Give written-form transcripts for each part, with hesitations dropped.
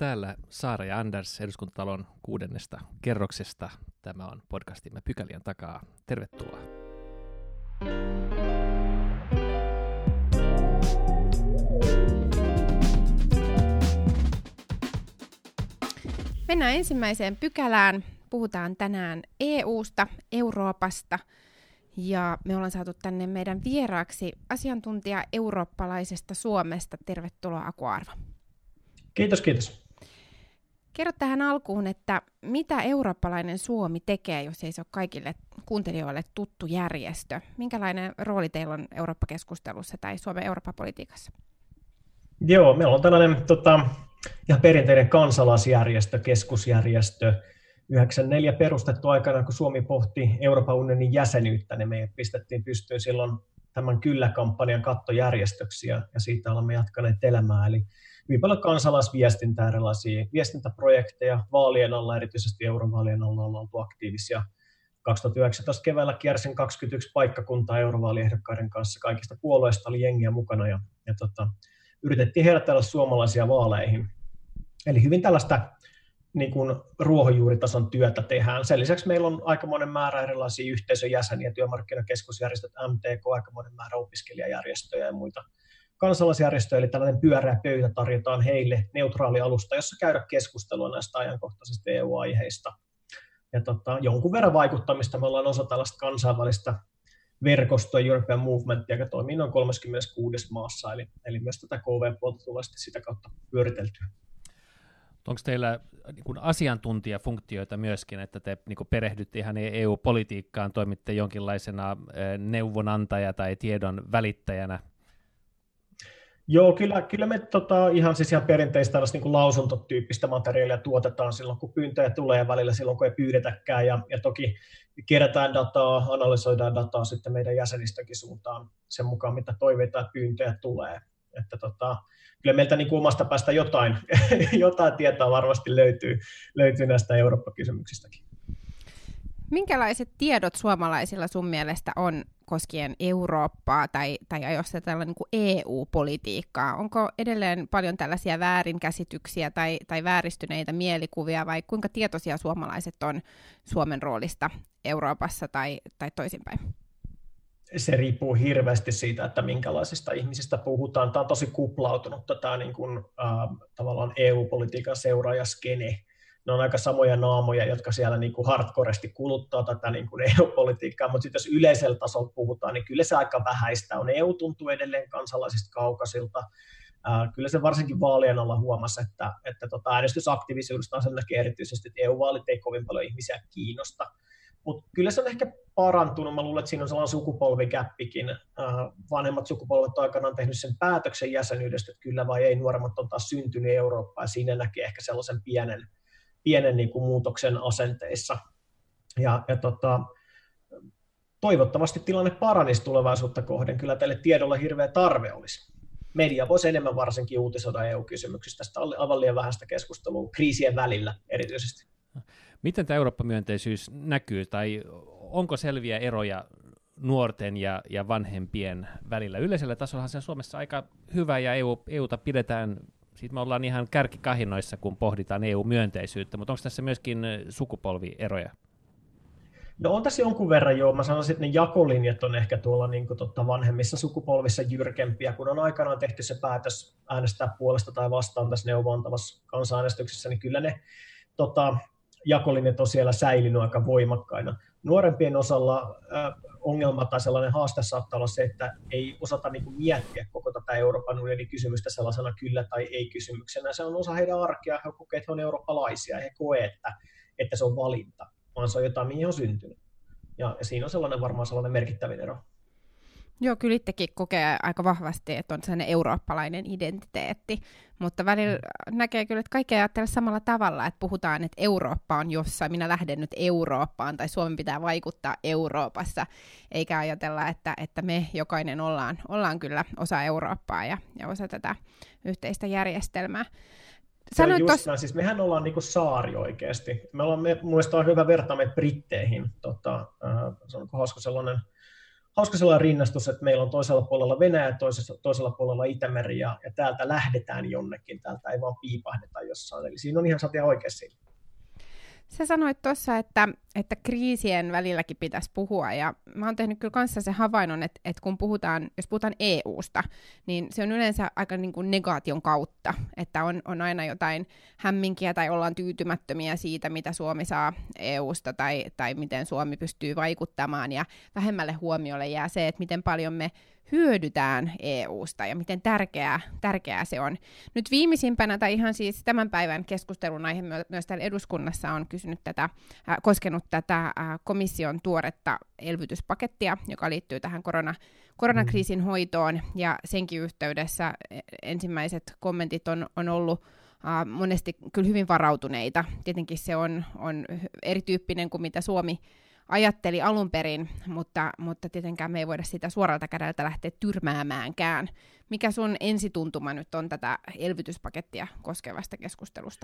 Täällä Saara ja Anders Eduskuntatalon 6. kerroksesta. Tämä on podcastimme Pykälien takaa. Tervetuloa. Mennään ensimmäiseen pykälään. Puhutaan tänään EU:sta, Euroopasta. Ja me ollaan saatu tänne meidän vieraaksi asiantuntija eurooppalaisesta Suomesta. Tervetuloa, Aku Arva. Kiitos, kiitos. Kerro tähän alkuun, että mitä eurooppalainen Suomi tekee, jos ei se ole kaikille kuuntelijoille tuttu järjestö? Minkälainen rooli teillä on Eurooppa-keskustelussa tai Suomen Eurooppa-politiikassa? Joo, meillä on tällainen ihan perinteinen kansalaisjärjestö, keskusjärjestö. 1994 perustettu aikana, kun Suomi pohti Euroopan unionin jäsenyyttä, niin me pistettiin pystyyn silloin tämän Kyllä-kampanjan kattojärjestöksi, ja siitä olemme jatkaneet elämää. Eli hyvin paljon kansalaisviestintää, erilaisia viestintäprojekteja vaalien alla, erityisesti eurovaalien alla ollaan oltu aktiivisia. 2019 keväällä kiersin 21 paikkakuntaa eurovaaliehdokkaiden kanssa, kaikista puolueista oli jengiä mukana, ja yritettiin herätellä suomalaisia vaaleihin. Eli hyvin tällaista niin kuin ruohonjuuritason työtä tehdään. Sen lisäksi meillä on aikamoinen määrä erilaisia yhteisöjäseniä, työmarkkinakeskusjärjestöt, MTK, aikamoinen määrä opiskelijajärjestöjä ja muita kansalaisjärjestöjä, eli tällainen pyöreä pöytä tarjotaan heille neutraali alusta, jossa käydä keskustelua näistä ajankohtaisista EU-aiheista. Ja jonkun verran vaikuttamista, me ollaan osa tällaista kansainvälistä verkostoa, European Movementia, joka toimii noin 36 maassa, eli myös tätä KV-puolta tulee sitä kautta pyöriteltyä. Onko teillä niin asiantuntijafunktioita myöskin, että te niin perehdytte ihan EU-politiikkaan, toimitte jonkinlaisena neuvonantaja tai tiedon välittäjänä? Joo, kyllä me ihan perinteistä niin lausuntotyyppistä materiaalia tuotetaan silloin, kun pyyntöjä tulee ja välillä silloin, kun ei pyydetäkään. Ja toki kerätään dataa, analysoidaan dataa sitten meidän jäsenistönkin suuntaan sen mukaan, mitä toiveita ja pyyntöjä tulee. Että kyllä meiltä niin omasta päästä jotain tietoa varmasti löytyy näistä Eurooppa-kysymyksistäkin. Minkälaiset tiedot suomalaisilla sun mielestä on koskien Eurooppaa tai jos tällä niin kuin EU-politiikkaa? Onko edelleen paljon tällaisia väärinkäsityksiä tai vääristyneitä mielikuvia vai kuinka tietoisia suomalaiset on Suomen roolista Euroopassa tai toisinpäin? Se riippuu hirveästi siitä, että minkälaisista ihmisistä puhutaan. Tämä on tosi kuplautunut tämä niin kuin, tavallaan EU-politiikan seuraajaskene. Ne on aika samoja naamoja, jotka siellä niin kuin hardcoresti kuluttaa tätä niin kuin EU-politiikkaa, mutta sitten jos yleisellä tasolla puhutaan, niin kyllä se aika vähäistä on. EU tuntuu edelleen kansalaisista kaukaisilta. Kyllä se varsinkin vaalien alla huomasi, että äänestysaktiivisuudesta sen näkee erityisesti, että EU-vaalit ei kovin paljon ihmisiä kiinnosta. Mutta kyllä se on ehkä parantunut. Mä luulen, että siinä on sellainen sukupolvikäppikin. Vanhemmat sukupolvet on aikanaan tehnyt sen päätöksen jäsenyydestä, että kyllä vai ei. Nuoremmat on taas syntynyt Eurooppaan ja siinä näkee ehkä sellaisen pienen niin kuin muutoksen asenteissa. Toivottavasti tilanne paranisi tulevaisuutta kohden. Kyllä teille tiedolla hirveä tarve olisi. Media voisi enemmän varsinkin uutisoida EU-kysymyksistä. Tästä on aivan liian vähäistä keskustelua kriisien välillä erityisesti. Miten tämä Eurooppa-myönteisyys näkyy, tai onko selviä eroja nuorten ja vanhempien välillä? Yleisellä tasollahan se on Suomessa aika hyvä, ja EUta pidetään, siitä me ollaan ihan kärkikahinoissa, kun pohditaan EU-myönteisyyttä, mutta onko tässä myöskin sukupolvieroja? No on tässä jonkun verran joo. Mä sanoisin, että ne jakolinjat on ehkä tuolla niin kuin vanhemmissa sukupolvissa jyrkempiä, kun on aikanaan tehty se päätös äänestää puolesta tai vastaan tässä neuvontavassa kansanäänestyksessä, niin kyllä ne jakolinjat on siellä säilynyt aika voimakkaina. Nuorempien osalla ongelma tai sellainen haaste saattaa olla se, että ei osata niin kuin miettiä koko tätä Euroopan unionin kysymystä sellaisena kyllä tai ei kysymyksenä. Se on osa heidän arkea, he kokee, että he on eurooppalaisia ja he koe, että se on valinta, vaan se on jotain, mihin on syntynyt. Ja siinä on varmaan sellainen merkittävin ero. Joo, kyllä itsekin kokee aika vahvasti, että on sellainen eurooppalainen identiteetti, mutta välillä näkee kyllä, että kaikki ajattelee samalla tavalla, että puhutaan, että Eurooppa on jossain, minä lähden nyt Eurooppaan, tai Suomen pitää vaikuttaa Euroopassa, eikä ajatella, että me jokainen ollaan kyllä osa Eurooppaa ja osa tätä yhteistä järjestelmää. Siis mehän ollaan niinku saari oikeasti. Mun mielestä on hyvä vertaa meitä Britteihin. Se on hauska sellainen hauska sellainen rinnastus, että meillä on toisella puolella Venäjä, toisella puolella Itämeri, ja täältä lähdetään jonnekin, täältä ei vaan piipahdeta jossain. Eli siinä on ihan satia oikeassa. Sä sanoit tuossa, että kriisien välilläkin pitäisi puhua, ja mä oon tehnyt kyllä kanssa sen havainnon, että kun jos puhutaan EUsta, niin se on yleensä aika niin kuin negaation kautta, että on aina jotain hämminkiä tai ollaan tyytymättömiä siitä, mitä Suomi saa EUsta tai miten Suomi pystyy vaikuttamaan, ja vähemmälle huomiolle jää se, että miten paljon me hyödytään EUsta ja miten tärkeää se on. Nyt viimeisimpänä tai ihan siis tämän päivän keskustelun aihe myös täällä eduskunnassa on koskenut tätä komission tuoretta elvytyspakettia, joka liittyy tähän koronakriisin hoitoon, ja senkin yhteydessä ensimmäiset kommentit on ollut monesti kyllä hyvin varautuneita. Tietenkin se on erityyppinen kuin mitä Suomi ajatteli alun perin, mutta tietenkään me ei voida sitä suoralta kädeltä lähteä tyrmäämäänkään. Mikä sun ensituntuma nyt on tätä elvytyspakettia koskevasta keskustelusta?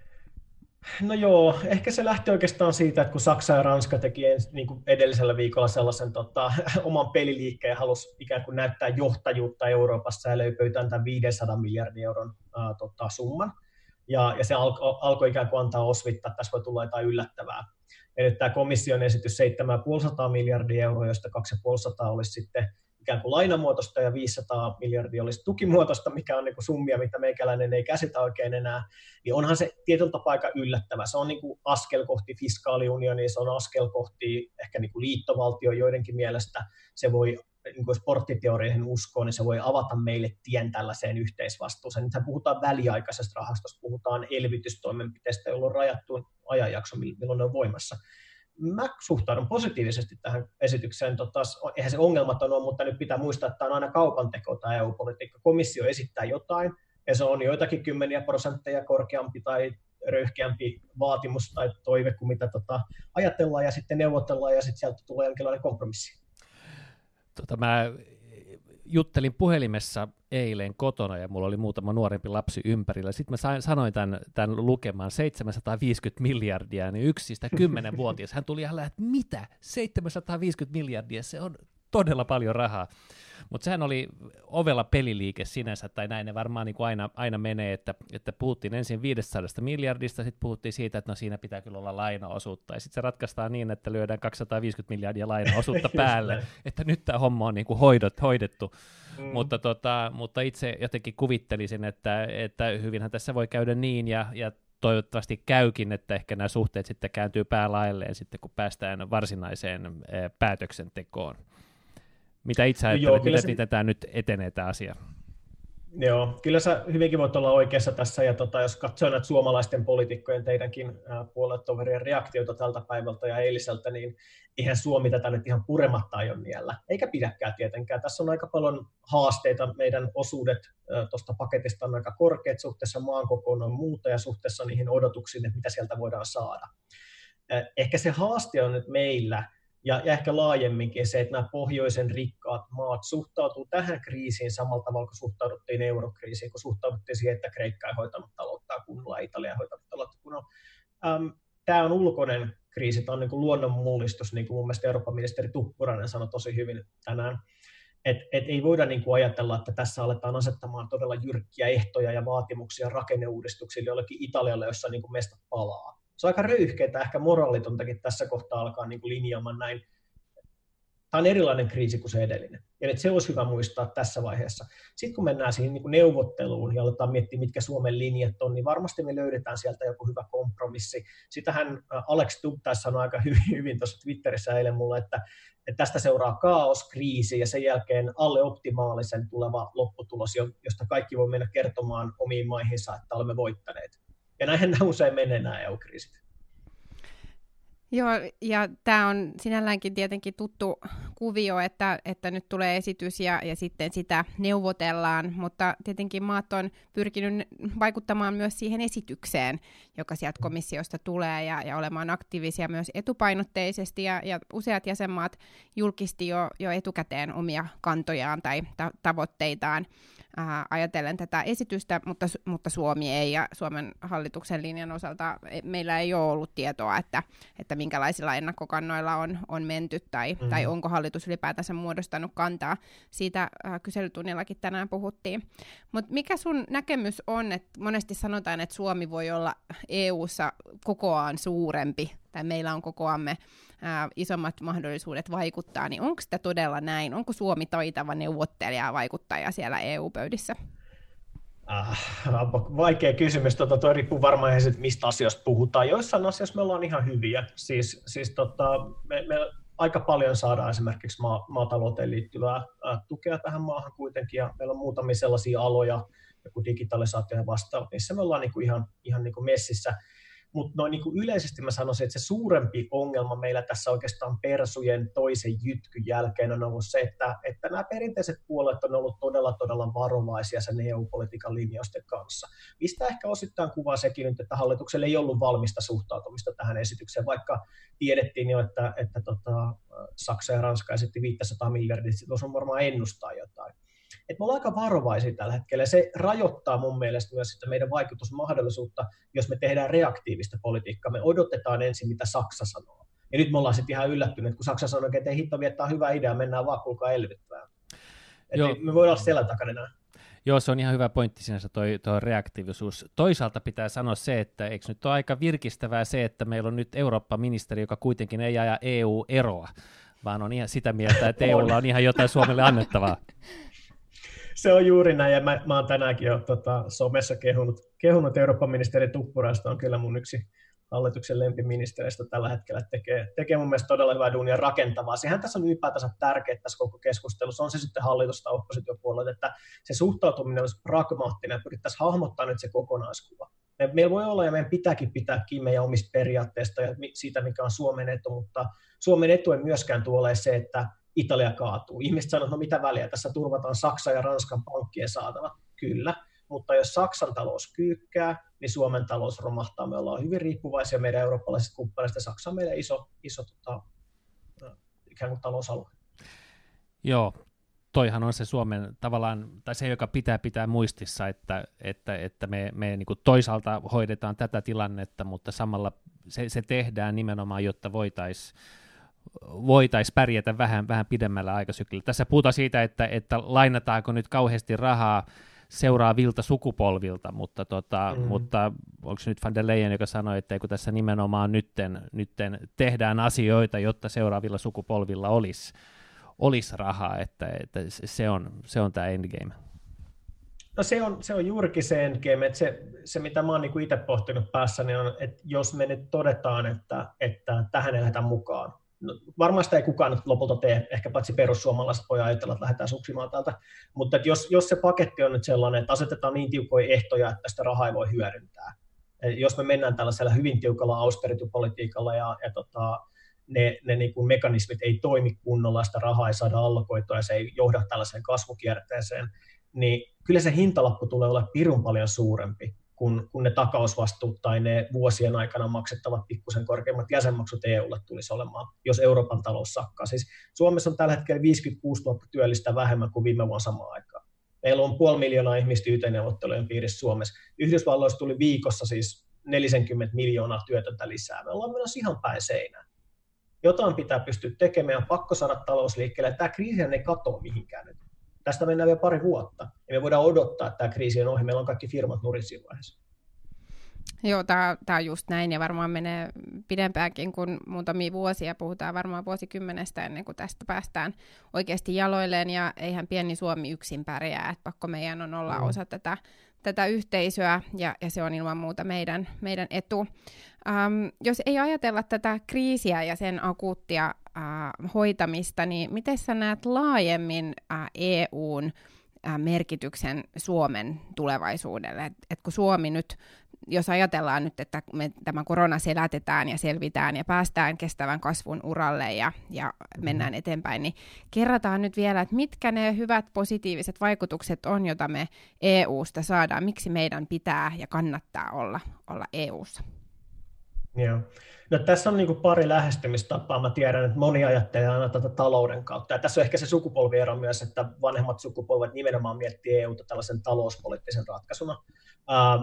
No joo, ehkä se lähti oikeastaan siitä, että kun Saksa ja Ranska teki niin kuin edellisellä viikolla sellaisen oman peliliikkeen ja halusi ikään kuin näyttää johtajuutta Euroopassa ja löi pöytään tämän 500 miljardin euron summan. Ja se alkoi ikään kuin antaa osvittaa, että tässä voi tulla jotain yllättävää. Ja nyt tämä komission esitys 7,5 miljardia euroa, josta 2,5 olisi sitten ikään kuin lainamuotoista ja 500 miljardia olisi tukimuotoista, mikä on niin kuin summia, mitä meikäläinen ei käsitä oikein enää, niin onhan se tietyllä tapaa aika yllättävä. Se on niin kuin askel kohti fiskaaliunionia, se on askel kohti ehkä niin kuin liittovaltio joidenkin mielestä. Se voi, niin kuin sporttiteorioihin uskoo, niin se voi avata meille tien tällaiseen yhteisvastuuseen. Nythän puhutaan väliaikaisesta rahastosta, puhutaan elvytystoimenpiteistä, jolla on rajattu ajanjakso, milloin ne on voimassa. Mä suhtaudun positiivisesti tähän esitykseen. Eihän se ongelmaton ole, mutta nyt pitää muistaa, että tämä on aina kaupanteko tämä EU-politiikka. Komissio esittää jotain, ja se on joitakin 10% korkeampi tai röyhkeämpi vaatimus tai toive kuin mitä ajatellaan, ja sitten neuvotellaan, ja sitten sieltä tulee jonkinlainen kompromissi. Mä juttelin puhelimessa eilen kotona, ja mulla oli muutama nuorempi lapsi ympärillä. Sitten mä sanoin tämän lukemaan 750 miljardia, niin yksi sitä 10-vuotias. Hän tuli ihan että mitä? 750 miljardia, se on todella paljon rahaa. Mutta sehän oli ovella peliliike sinänsä, tai näin ne varmaan niin kuin aina menee, että puhuttiin ensin 500 miljardista, sitten puhuttiin siitä, että no siinä pitää kyllä olla lainaosuutta, ja sitten se ratkaistaan niin, että lyödään 250 miljardia lainaosuutta päälle, että nyt tämä homma on niin kuin hoidettu. Mutta itse jotenkin kuvittelisin, että hyvinhän tässä voi käydä niin, ja toivottavasti käykin, että ehkä nämä suhteet sitten kääntyy päälaelleen sitten, kun päästään varsinaiseen päätöksentekoon. Mitä itse ajattelet, miten tämä nyt etenee tämä asia? Joo, kyllä sä hyvinkin voit olla oikeassa tässä, ja jos katsoo näitä suomalaisten poliitikkojen teidänkin puoluetoverien reaktioita tältä päivältä ja eiliseltä, niin eihän Suomi tätä nyt ihan purematta aio niellä, eikä pidäkään tietenkään. Tässä on aika paljon haasteita, meidän osuudet tuosta paketista on aika korkeat suhteessa maan kokoon on muuta ja suhteessa niihin odotuksiin, että mitä sieltä voidaan saada. Ehkä se haaste on nyt meillä, ja ehkä laajemminkin se, että nämä pohjoisen rikkaat maat suhtautuu tähän kriisiin samalla tavalla kuin suhtauduttiin eurokriisiin, kun suhtauduttiin siihen, että Kreikka ei hoitanut talouttaa kunnolla, Italia ei hoitanut taloutta kunnolla. Tämä on ulkoinen kriisi, tämä on niin kuin luonnonmullistus, niin kuin mun mielestä Euroopan ministeri Tuppurainen sanoi tosi hyvin tänään. Et ei voida niin kuin ajatella, että tässä aletaan asettamaan todella jyrkkiä ehtoja ja vaatimuksia rakenneuudistuksille jollekin Italialle, jossa niin kuin meistä palaa. Se on aika röyhkeää, ehkä moraalitontakin tässä kohtaa alkaa niin kuin linjaamaan näin. Tämä on erilainen kriisi kuin se edellinen. Ja nyt se olisi hyvä muistaa tässä vaiheessa. Sitten kun mennään siihen niin kuin neuvotteluun ja aletaan miettiä, mitkä Suomen linjat on, niin varmasti me löydetään sieltä joku hyvä kompromissi. Sitähän Alex Stubb taisi sanoa aika hyvin tuossa Twitterissä eilen mulle, että tästä seuraa kaos, kriisi ja sen jälkeen alle optimaalisen tuleva lopputulos, josta kaikki voi mennä kertomaan omiin maihinsa, että olemme voittaneet. Ja näinhän usein menee nämä EU-kriisit. Joo, ja tämä on sinälläänkin tietenkin tuttu kuvio, että nyt tulee esitys ja sitten sitä neuvotellaan, mutta tietenkin maat on pyrkinyt vaikuttamaan myös siihen esitykseen, joka sieltä komissiosta tulee ja olemaan aktiivisia myös etupainotteisesti, ja useat jäsenmaat julkisti jo etukäteen omia kantojaan tai tavoitteitaan ajatellen tätä esitystä, mutta Suomi ei, ja Suomen hallituksen linjan osalta meillä ei ole ollut tietoa, että minkälaisilla ennakkokannoilla on menty, tai onko hallitus ylipäätänsä muodostanut kantaa. Siitä kyselytunnillakin tänään puhuttiin. Mutta mikä sun näkemys on, että monesti sanotaan, että Suomi voi olla EU:ssa kokoaan suurempi, tai meillä on kokoamme isommat mahdollisuudet vaikuttaa, niin onko sitä todella näin? Onko Suomi taitava neuvottelija ja vaikuttaja siellä EU-pöydissä? Vaikea kysymys. Tuo riippuu varmaan, mistä asioista puhutaan. Joissain asioissa me ollaan ihan hyviä. Me aika paljon saadaan esimerkiksi maatalouteen liittyvää tukea tähän maahan kuitenkin, ja meillä on muutamia sellaisia aloja, joku digitalisaatio ja vastaavat, niissä me ollaan ihan messissä. Mutta noin yleisesti mä sanoisin, että se suurempi ongelma meillä tässä oikeastaan persujen toisen jytkyn jälkeen on ollut se, että nämä perinteiset puolueet on ollut todella varovaisia sen EU-politiikan linjausten kanssa. Mistä ehkä osittain kuvaa sekin nyt, että hallitukselle ei ollut valmista suhtautumista tähän esitykseen, vaikka tiedettiin jo, että Saksa ja Ranska esitti 500 miljardia, että tuossa on varmaan ennustaa jotain. Et me ollaan aika varovaisia tällä hetkellä, ja se rajoittaa mun mielestä myös sitä meidän vaikutusmahdollisuutta, jos me tehdään reaktiivista politiikkaa. Me odotetaan ensin, mitä Saksa sanoo. Ja nyt me ollaan sitten ihan yllättyneet, kun Saksa sanoo, että hitto viettää hyvä idea, mennään vaan kuulkaa elvyttämään. Me voidaan olla selän takana näin. Joo, se on ihan hyvä pointti sinänsä tuo reaktiivisuus. Toisaalta pitää sanoa se, että eikö nyt ole aika virkistävää se, että meillä on nyt Eurooppa-ministeri, joka kuitenkin ei aja EU-eroa, vaan on ihan sitä mieltä, että EUlla on ihan jotain Suomelle annettavaa. Se on juuri näin, ja mä oon tänäänkin jo somessa kehunut Euroopan ministeri Tuppuraista, on kyllä mun yksi hallituksen lempiministereistä tällä hetkellä, tekee mun mielestä todella hyvää duunia rakentavaa. Sehän tässä on ylipäätänsä tärkeää tässä koko keskustelussa, on se sitten hallitus- tai oppositiopuolella, että se suhtautuminen olisi pragmaattinen ja pyrittäisiin hahmottaa nyt se kokonaiskuva. Meillä voi olla ja meidän pitääkin pitää kiinni meidän omista periaatteista ja siitä, mikä on Suomen etu, mutta Suomen etu ei myöskään tuolle se, että Italia kaatuu. Ihmiset sanoo, että no mitä väliä, tässä turvataan Saksan ja Ranskan pankkien saatavat. Kyllä, mutta jos Saksan talous kyykkää, niin Suomen talous romahtaa. Me ollaan hyvin riippuvaisia meidän eurooppalaisista kumppaneista. Saksa on meidän iso ikään kuin talousalue. Joo, toihan on se Suomen tavallaan, tai se, joka pitää muistissa, että me niin kuin toisaalta hoidetaan tätä tilannetta, mutta samalla se tehdään nimenomaan, jotta voitaisiin pärjätä vähän pidemmällä aikasyklillä. Tässä puhutaan siitä, että lainataanko nyt kauheasti rahaa seuraavilta sukupolvilta, mutta onko se nyt Van der Leyen, joka sanoi, että kun tässä nimenomaan nytten tehdään asioita, jotta seuraavilla sukupolvilla olisi rahaa, että se on tämä endgame. No se on juurikin se endgame, että se mitä mä oon niinku itse pohtinut päässäni on, että jos me nyt todetaan, että tähän ei lähdetä mukaan, no, varmaan sitä ei kukaan nyt lopulta tee, ehkä paitsi perussuomalaiset voi ajatella, että lähdetään suksimaan täältä, mutta jos se paketti on nyt sellainen, että asetetaan niin tiukkoja ehtoja, että sitä rahaa ei voi hyödyntää, jos me mennään tällaisella hyvin tiukalla austerity-politiikalla ja ne niin kuin mekanismit ei toimi kunnolla, sitä rahaa ei saada allokoitua ja se ei johda tällaiseen kasvukierteeseen, niin kyllä se hintalappu tulee olla pirun paljon suurempi kun ne takausvastuut tai ne vuosien aikana maksettavat pikkusen korkeammat jäsenmaksut EUlle tulisi olemaan, jos Euroopan talous sakkaa. Siis Suomessa on tällä hetkellä 56 000 työllistä vähemmän kuin viime vuonna samaan aikaan. Meillä on 500 000 ihmistä YT-neuvottelujen piirissä Suomessa. Yhdysvalloissa tuli viikossa siis 40 miljoonaa työtöntä lisää. Me ollaan menossa ihan päin seinään. Jotain pitää pystyä tekemään, on pakko saada talous liikkeelle. Tämä kriisi ei katoa mihinkään nyt. Tästä mennään vielä pari vuotta, ja me voidaan odottaa, että tämä kriisi on ohi. Meillä on kaikki firmat nurin siinä vaiheessa. Joo, tämä on just näin, ja varmaan menee pidempäänkin kuin muutamia vuosia. Puhutaan varmaan vuosikymmenestä ennen kuin tästä päästään oikeasti jaloilleen, ja eihän pieni Suomi yksin pärjää, että pakko meidän on olla osa tätä yhteisöä, ja se on ilman muuta meidän etu. Jos ei ajatella tätä kriisiä ja sen akuuttia hoitamista, niin miten sä näet laajemmin EUn merkityksen Suomen tulevaisuudelle? Et kun Suomi nyt, jos ajatellaan nyt, että me tämä korona selätetään ja selvitään ja päästään kestävän kasvun uralle ja mennään eteenpäin, niin kerrataan nyt vielä, että mitkä ne hyvät positiiviset vaikutukset on, joita me EUsta saadaan, miksi meidän pitää ja kannattaa olla EUssa? Joo. No, tässä on niin pari lähestymistapaa. Mä tiedän, että moni ajattelee aina tätä talouden kautta. Ja tässä on ehkä se sukupolviero myös, että vanhemmat sukupolvet nimenomaan miettii EUta tällaisen talouspoliittisen ratkaisuna.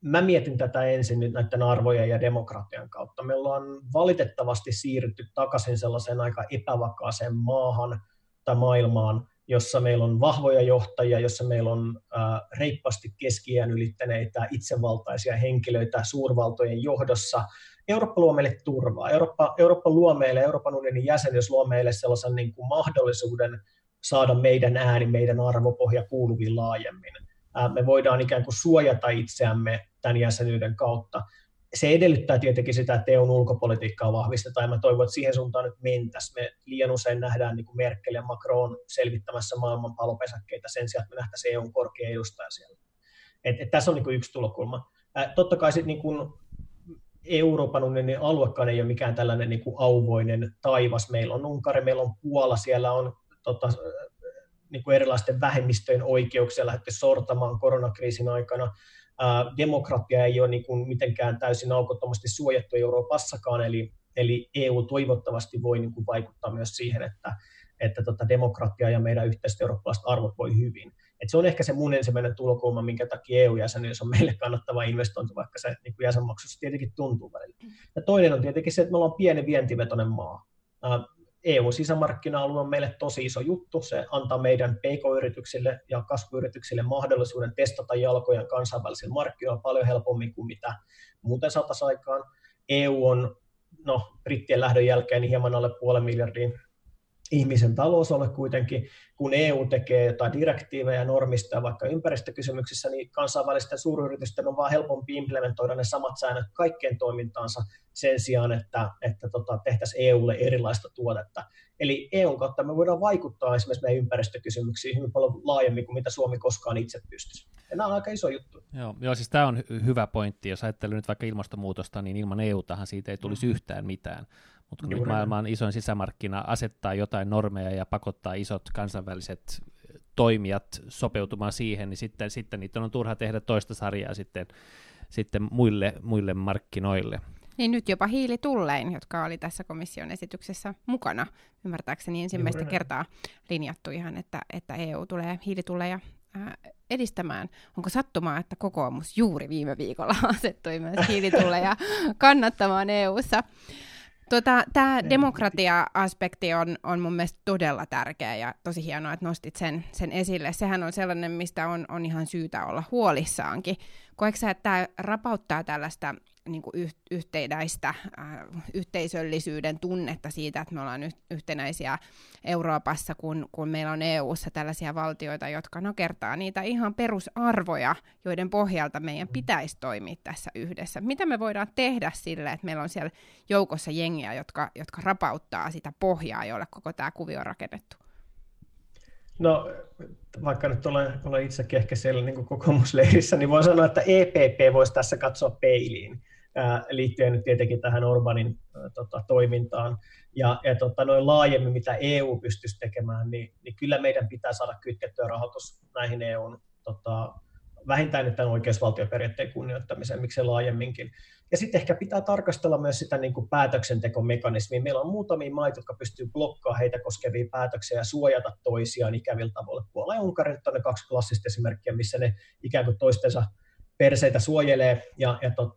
mä mietin tätä ensin nyt näiden arvojen ja demokratian kautta. Me ollaan valitettavasti siirrytty takaisin sellaiseen aika epävakaaseen maahan tai maailmaan, jossa meillä on vahvoja johtajia, jossa meillä on reippaasti keski-iän ylittäneitä itsevaltaisia henkilöitä suurvaltojen johdossa. Eurooppa luo meille turvaa. Eurooppa luo meille, Euroopan unionin jäsenyys luo meille sellaisen niin kuin mahdollisuuden saada meidän ääni, meidän arvopohja kuuluviin laajemmin. Me voidaan ikään kuin suojata itseämme tämän jäsenyyden kautta. Se edellyttää tietenkin sitä, että EUn ulkopolitiikkaa vahvistetaan, ja mä toivon, että siihen suuntaan nyt mentäisiin. Me liian usein nähdään niin kuin Merkel ja Macron selvittämässä maailman palopesäkkeitä sen sijaan, että me nähtäisiin EUn korkea edustaja siellä. Tässä on niin kuin yksi tulokulma. Totta kai sitten niin kuin Euroopan unionin aluekaan ei ole mikään tällainen niin kuin auvoinen taivas. Meillä on Unkari, meillä on Puola, siellä on niin kuin erilaisten vähemmistöjen oikeuksia lähdetty sortamaan koronakriisin aikana. Demokratia ei ole niin kuin mitenkään täysin aukottomasti suojattu Euroopassakaan, eli EU toivottavasti voi niin kuin vaikuttaa myös siihen, että demokratia ja meidän yhteiset eurooppalaiset arvot voi hyvin. Se on ehkä se mun ensimmäinen tulokulma, minkä takia EU-jäsenyys on meille kannattava investointi, vaikka se niin kuin jäsenmaksussa tietenkin tuntuu välillä. Ja toinen on tietenkin se, että me ollaan pieni vientivetoinen maa. EU-sisämarkkina-alue on meille tosi iso juttu. Se antaa meidän PK-yrityksille ja kasvuyrityksille mahdollisuuden testata jalkojen kansainvälisillä markkinoilla paljon helpommin kuin mitä muuten saataisiin aikaan. EU on brittien lähdön jälkeen niin hieman alle 500 miljardin ihmisen talousalue kuitenkin. Kun EU tekee jotain direktiivejä ja normistoja vaikka ympäristökysymyksissä, niin kansainvälisten suuryritysten on vaan helpompi implementoida ne samat säännöt kaikkeen toimintaansa sen sijaan, että tehtäisiin EUlle erilaista tuotetta. Eli EUn kautta me voidaan vaikuttaa esimerkiksi meidän ympäristökysymyksiin hyvin paljon laajemmin kuin mitä Suomi koskaan itse pystyisi. Ja nämä on aika iso juttu. Joo, siis tämä on hyvä pointti. Jos ajattelee nyt vaikka ilmastonmuutosta, niin ilman EUtahan siitä ei tulisi yhtään mitään. Mutta kun nyt maailman isoin sisämarkkina asettaa jotain normeja ja pakottaa isot kansainväliset toimijat sopeutumaan siihen, niin sitten niitä on turha tehdä toista sarjaa sitten muille markkinoille. Niin nyt jopa hiilitullein, jotka oli tässä komission esityksessä mukana. Ymmärtääkseni ensimmäistä kertaa linjattu ihan, että EU tulee hiilitulleja edistämään. Onko sattumaa, että kokoomus juuri viime viikolla asettui myös hiilitulleja kannattamaan EU:ssa? Tämä demokratia-aspekti on mun mielestä todella tärkeä ja tosi hienoa, että nostit sen esille. Sehän on sellainen, mistä on ihan syytä olla huolissaankin. Koetko sä, että tämä rapauttaa tällaista niin kuin yhtenäistä yhteisöllisyyden tunnetta siitä, että me ollaan yhtenäisiä Euroopassa, kun meillä on EU:ssa tällaisia valtioita, jotka nakertaa niitä ihan perusarvoja, joiden pohjalta meidän pitäisi toimia tässä yhdessä. Mitä me voidaan tehdä sille, että meillä on siellä joukossa jengiä, jotka rapauttaa sitä pohjaa, jolle koko tämä kuvio on rakennettu? No, vaikka nyt olen itsekin ehkä siellä niin kuin kokoomusleirissä, niin voin sanoa, että EPP voisi tässä katsoa peiliin liittyen nyt tietenkin tähän Orbanin toimintaan. Ja noin laajemmin, mitä EU pystyisi tekemään, niin kyllä meidän pitää saada kytkettyä rahoitus näihin EUn vähintään nyt tämän oikeusvaltioperiaatteen kunnioittamiseen, miksei laajemminkin. Ja sitten ehkä pitää tarkastella myös sitä niin kuin päätöksentekomekanismia. Meillä on muutamia maita, jotka pystyy blokkaamaan heitä koskevia päätöksiä ja suojata toisiaan ikävillä tavoilla. Puola ja Unkari nyt on ne kaksi klassista esimerkkiä, missä ne ikään kuin toistensa perseitä suojelee ja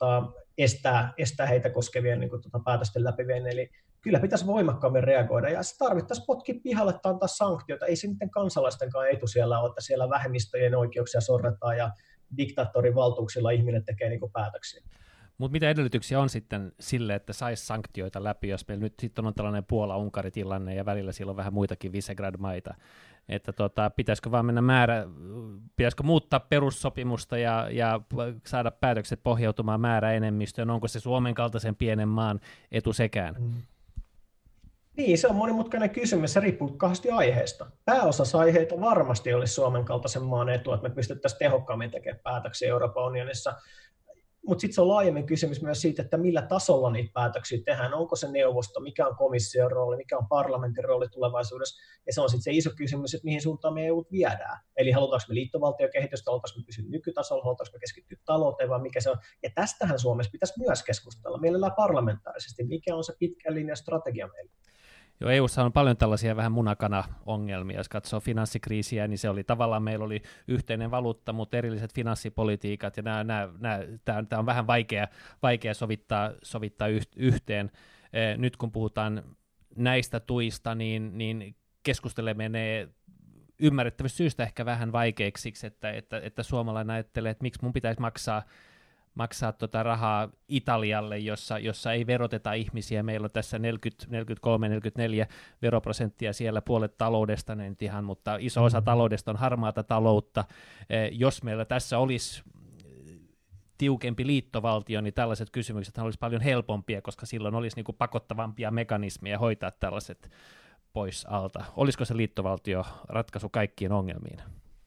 estää heitä koskevien niin kuin, päätösten läpiviennin. Eli kyllä pitäisi voimakkaammin reagoida, ja se tarvittaisiin potkia pihalle tai antaa sanktioita. Ei se niiden kansalaistenkaan etu siellä ole, että siellä vähemmistöjen oikeuksia sorretaan ja diktaattorin valtuuksilla ihminen tekee niin kuin päätöksiä. Mutta mitä edellytyksiä on sitten sille, että saisi sanktioita läpi, jos meillä nyt sitten on tällainen Puola-Unkari-tilanne ja välillä siellä on vähän muitakin Visegrad-maita, että pitäisikö vaan pitäisikö muuttaa perussopimusta ja saada päätökset pohjautumaan määräenemmistöön, onko se Suomen kaltaisen pienen maan etu sekään? Niin, se on monimutkainen kysymys, se riippuu kauheasti aiheesta. Pääosassa aiheita varmasti olisi Suomen kaltaisen maan etu, että me pystyttäisiin tehokkaammin tekemään päätöksiä Euroopan unionissa. Mutta sitten se on laajemmin kysymys myös siitä, että millä tasolla niitä päätöksiä tehdään. Onko se neuvosto, mikä on komission rooli, mikä on parlamentin rooli tulevaisuudessa. Ja se on sitten se iso kysymys, että mihin suuntaan me EUt viedään. Eli halutaanko me liittovaltiokehitystä, halutaanko me pysyä nykytasolla, halutaanko me keskittyä talouteen, vai mikä se on. Ja tästähän Suomessa pitäisi myös keskustella mielellään parlamentaarisesti, mikä on se pitkän linjan strategia meillä. Joo, EU:ssa on paljon tällaisia vähän munakana-ongelmia. Jos katsoo finanssikriisiä, niin se oli tavallaan, meillä oli yhteinen valuutta, mutta erilliset finanssipolitiikat, ja tämä on vähän vaikea sovittaa yhteen. Nyt kun puhutaan näistä tuista, niin keskustelemme ne ymmärrettävistä syystä ehkä vähän vaikeiksi, että suomalainen ajattelee, että miksi mun pitäisi maksaa rahaa Italialle, jossa ei veroteta ihmisiä. Meillä on tässä 43-44 veroprosenttia siellä, puolet taloudesta, nyt ihan, mutta iso osa taloudesta on harmaata taloutta. Jos meillä tässä olisi tiukempi liittovaltio, niin tällaiset kysymykset olisi paljon helpompia, koska silloin olisi niin kuin pakottavampia mekanismeja hoitaa tällaiset pois alta. Olisiko se liittovaltio ratkaisu kaikkiin ongelmiin?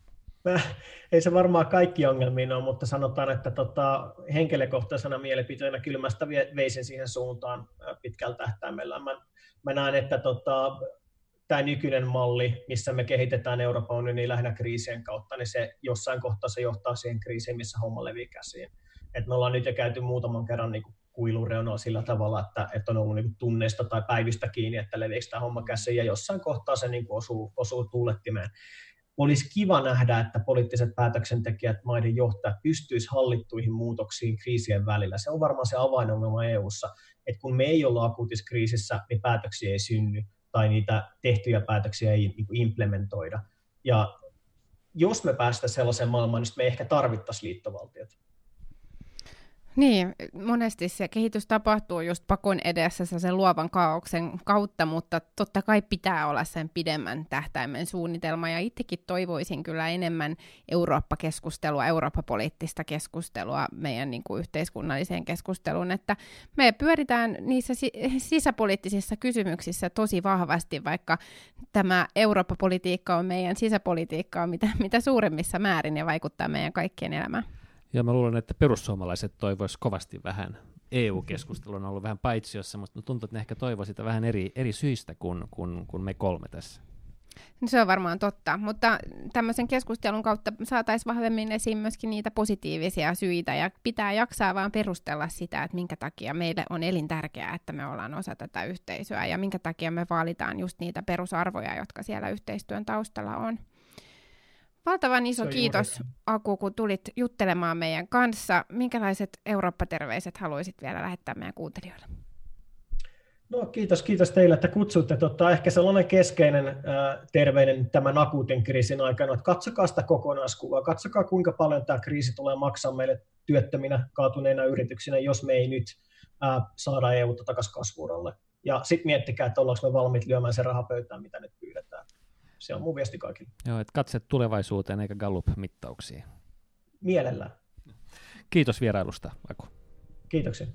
Ei se varmaan kaikki ongelmiin ole, mutta sanotaan, että henkilökohtaisena mielipiteenä kyllä mä sitä veisin siihen suuntaan pitkällä tähtäimellä. Mä näen, että tämä nykyinen malli, missä me kehitetään Euroopan unionia lähinnä kriisien kautta, niin se jossain kohtaa se johtaa siihen kriisiin, missä homma levii käsiin. Et me ollaan nyt jo käyty muutaman kerran niin kuilureunalla sillä tavalla, että on ollut niin tunneista tai päivistä kiinni, että leviikö tämä homma käsiin, ja jossain kohtaa se niin osuu tuulettimeen. Olisi kiva nähdä, että poliittiset päätöksentekijät, maiden johtajat pystyisivät hallittuihin muutoksiin kriisien välillä. Se on varmaan se avainongelma EU:ssa, että kun me ei olla akuutissa kriisissä, niin päätöksiä ei synny tai niitä tehtyjä päätöksiä ei implementoida. Ja jos me päästään sellaiseen maailmaan, niin me ehkä tarvittaisiin liittovaltiot. Niin, monesti se kehitys tapahtuu just pakon edessä sen luovan kaaoksen kautta, mutta totta kai pitää olla sen pidemmän tähtäimen suunnitelma, ja itsekin toivoisin kyllä enemmän Eurooppa-keskustelua, Eurooppa-poliittista keskustelua meidän niin kuin yhteiskunnalliseen keskusteluun, että me pyöritään niissä sisäpoliittisissa kysymyksissä tosi vahvasti, vaikka tämä Eurooppa-politiikka on meidän sisäpolitiikkaa mitä suurimmissa määrin ja vaikuttaa meidän kaikkien elämään. Ja mä luulen, että perussuomalaiset toivoisivat kovasti vähän. EU-keskustelu on ollut vähän paitsiossa, mutta tuntuu, että ne ehkä toivoisivat sitä vähän eri syistä kuin me kolme tässä. No se on varmaan totta, mutta tämmöisen keskustelun kautta saataisiin vahvemmin esiin myöskin niitä positiivisia syitä, ja pitää jaksaa vaan perustella sitä, että minkä takia meille on elintärkeää, että me ollaan osa tätä yhteisöä, ja minkä takia me vaalitaan just niitä perusarvoja, jotka siellä yhteistyön taustalla on. Valtavan iso kiitos, Aku, kun tulit juttelemaan meidän kanssa. Minkälaiset Eurooppa-terveiset haluaisit vielä lähettää meidän kuuntelijoille? No, kiitos teille, että kutsuitte. Ehkä sellainen keskeinen terveinen tämän akuutin kriisin aikana, että katsokaa sitä kokonaiskuvaa, katsokaa kuinka paljon tämä kriisi tulee maksaa meille työttöminä, kaatuneina yrityksinä, jos me ei nyt saada EU:ta takaisin kasvu-uralle. Ja sitten miettikää, että ollaanko me valmiit lyömään se rahapöytään, mitä nyt pyydetään. Se on mun viesti kaikille. Joo, että katset tulevaisuuteen eikä Gallup-mittauksiin. Mielellään. Kiitos vierailusta, Aku. Kiitoksia.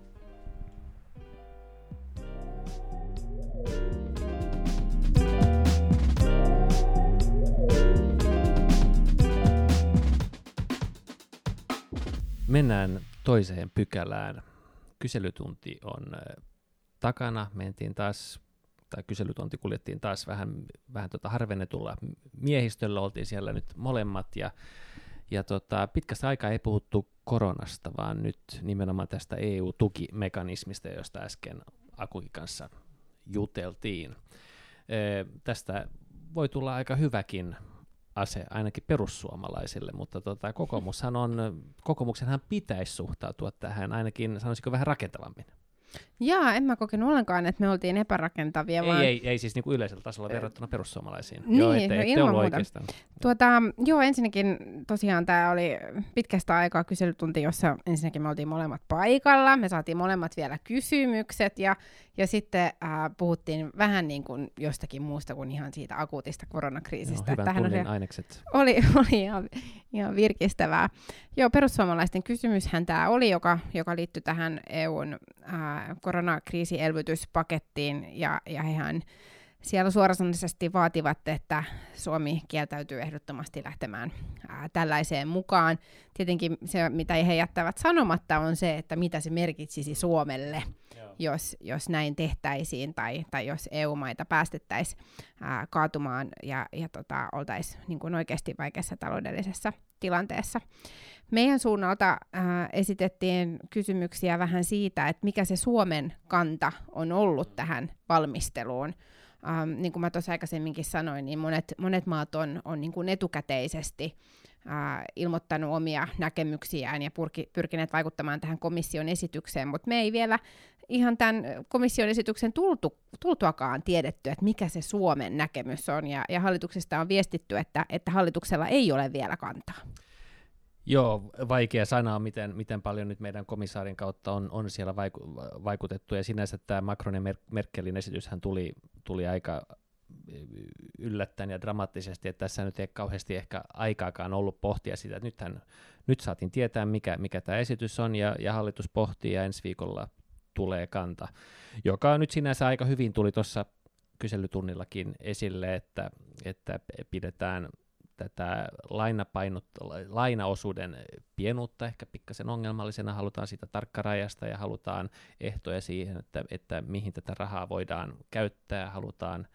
Mennään toiseen pykälään. Kyselytunti on takana. Mentiin taas, tai kyselytunti kuljettiin taas vähän harvennetulla miehistöllä. Oltiin siellä nyt molemmat. Ja pitkästä aikaa ei puhuttu koronasta, vaan nyt nimenomaan tästä EU-tukimekanismista, josta äsken Akukin kanssa juteltiin. Tästä voi tulla aika hyväkin ase ainakin perussuomalaisille, mutta kokoomuksenhan pitäisi suhtautua tähän ainakin, sanoisiko, vähän rakentavammin. Jaa, en mä kokenut ollenkaan, että me oltiin epärakentavia. Ei siis niin kuin yleisellä tasolla verrattuna perussuomalaisiin. Niin, joo, ette ilman ollut muuta. Oikeastaan. Joo, ensinnäkin tosiaan tämä oli pitkästä aikaa kyselytunti, jossa ensinnäkin me oltiin molemmat paikalla, me saatiin molemmat vielä kysymykset, ja sitten puhuttiin vähän niin kuin jostakin muusta kuin ihan siitä akuutista koronakriisistä. Joo, hyvän tunnin ainekset. Oli ihan virkistävää. Joo, perussuomalaisten kysymyshän tämä oli, joka liittyi tähän EUn koronakriisielvytyspakettiin, ja hehän siellä suorasanaisesti vaativat, että Suomi kieltäytyy ehdottomasti lähtemään tällaiseen mukaan. Tietenkin se, mitä he jättävät sanomatta, on se, että mitä se merkitsisi Suomelle, jos näin tehtäisiin tai jos EU-maita päästettäisiin kaatumaan ja oltaisiin niin kuin oikeasti vaikeassa taloudellisessa tilanteessa. Meidän suunnalta esitettiin kysymyksiä vähän siitä, että mikä se Suomen kanta on ollut tähän valmisteluun. Niin kuin mä tuossa aikaisemminkin sanoin, niin monet maat on niin kuin etukäteisesti ilmoittanut omia näkemyksiään ja pyrkineet vaikuttamaan tähän komission esitykseen, mutta me ei vielä ihan tämän komission esityksen tultuakaan tiedetty, että mikä se Suomen näkemys on, ja hallituksesta on viestitty, että hallituksella ei ole vielä kantaa. Joo, vaikea sanoa, miten paljon nyt meidän komissaarin kautta on siellä vaikutettu, ja sinänsä tämä Macron ja Merkelin esityshän tuli aika yllättäen ja dramaattisesti, että tässä nyt ei kauheasti ehkä aikaakaan ollut pohtia sitä, että nyt saatiin tietää, mikä tämä esitys on, ja hallitus pohtii, ja ensi viikolla tulee kanta, joka nyt sinänsä aika hyvin tuli tuossa kyselytunnillakin esille, että pidetään tätä lainaosuuden pienuutta ehkä pikkasen ongelmallisena, halutaan sitä tarkkarajasta ja halutaan ehtoja siihen, että mihin tätä rahaa voidaan käyttää, halutaan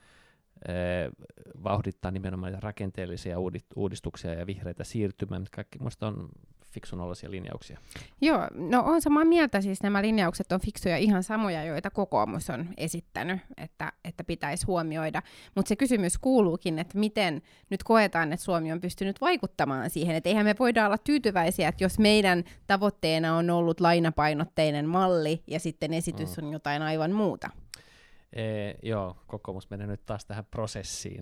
vauhdittaa nimenomaan rakenteellisia uudistuksia ja vihreitä siirtymää, mitkä kaikki minusta on fiksunolaisia linjauksia. Joo, no on samaa mieltä, siis nämä linjaukset on fiksuja ihan samoja, joita kokoomus on esittänyt, että pitäisi huomioida, mutta se kysymys kuuluukin, että miten nyt koetaan, että Suomi on pystynyt vaikuttamaan siihen, että eihän me voida olla tyytyväisiä, että jos meidän tavoitteena on ollut lainapainotteinen malli ja sitten esitys on jotain aivan muuta. Joo, kokoomus menee nyt taas tähän prosessiin.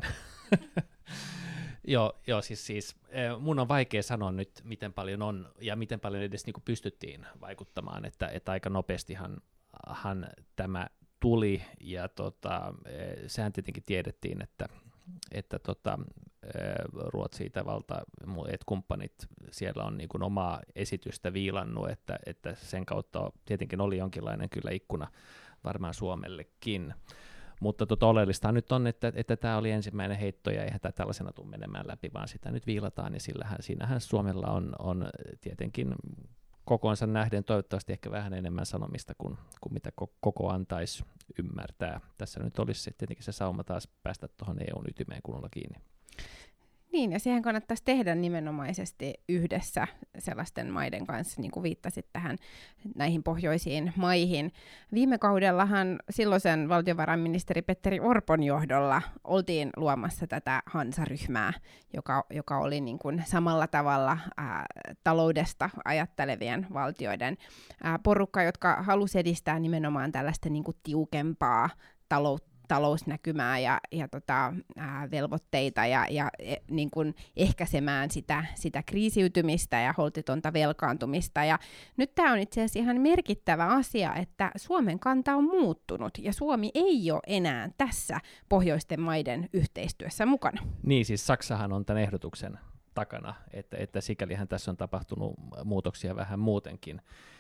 Joo, siis mun on vaikea sanoa nyt, miten paljon on ja miten paljon edes niinku pystyttiin vaikuttamaan, että aika nopeastihan tämä tuli, ja sehän tietenkin tiedettiin, että Ruotsi, Itävalta, muut kumppanit siellä on niin kuin omaa esitystä viilannut, että sen kautta tietenkin oli jonkinlainen kyllä ikkuna varmaan Suomellekin. Mutta oleellista nyt on, että tämä oli ensimmäinen heitto, ja eihän tämä tällaisena tule menemään läpi, vaan sitä nyt viilataan, ja siinähän Suomella on tietenkin kokoonsa nähden toivottavasti ehkä vähän enemmän sanomista kuin mitä koko antaisi ymmärtää. Tässä nyt olisi tietenkin se sauma taas päästä tuohon EUn ytimeen kunnolla kiinni. Niin, ja siihen kannattaisi tehdä nimenomaisesti yhdessä sellaisten maiden kanssa, niin kuin viittasit näihin pohjoisiin maihin. Viime kaudellahan silloisen valtiovarainministeri Petteri Orpon johdolla oltiin luomassa tätä Hansa-ryhmää, joka oli niin kuin samalla tavalla taloudesta ajattelevien valtioiden porukka, jotka halusi edistää nimenomaan tällaista niin kuin tiukempaa talousnäkymää ja velvoitteita ja niin kuin ehkäisemään sitä kriisiytymistä ja holtitonta velkaantumista. Ja nyt tämä on itse asiassa ihan merkittävä asia, että Suomen kanta on muuttunut ja Suomi ei ole enää tässä pohjoisten maiden yhteistyössä mukana. Niin, siis Saksahan on tämän ehdotuksen takana, että sikälihän tässä on tapahtunut muutoksia vähän muutenkin.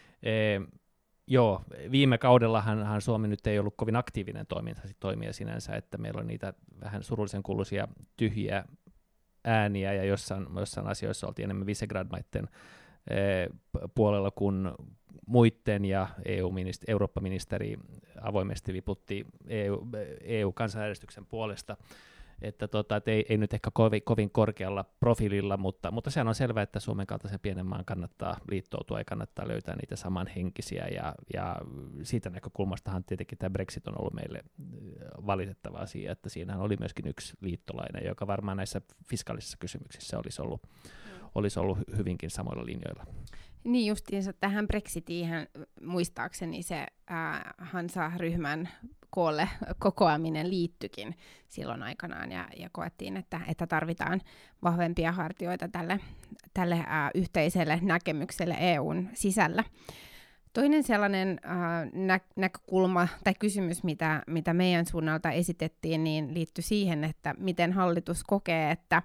Joo, viime kaudellahan Suomi nyt ei ollut kovin aktiivinen toimija sinänsä, että meillä on niitä vähän surullisen kuuluisia tyhjiä ääniä, ja jossain asioissa oltiin enemmän Visegrad-maiden puolella kuin muiden, ja Eurooppa-ministeri avoimesti liputti EU-kansanäänestyksen puolesta, että ei nyt ehkä kovin korkealla profiililla, mutta sehän on selvää, että Suomen kaltaisen pienen maan kannattaa liittoutua ja kannattaa löytää niitä samanhenkisiä, ja siitä näkökulmastahan tietenkin tämä Brexit on ollut meille valitettava asia, että siinähän oli myöskin yksi liittolainen, joka varmaan näissä fiskaalisissa kysymyksissä olisi ollut hyvinkin samoilla linjoilla. Niin justiinsa tähän Brexitiin muistaakseni se Hansa-ryhmän koolle kokoaminen liittyikin silloin aikanaan, ja koettiin, että tarvitaan vahvempia hartioita tälle yhteiselle näkemykselle EUn sisällä. Toinen sellainen näkökulma tai kysymys, mitä meidän suunnalta esitettiin, niin liittyi siihen, että miten hallitus kokee, että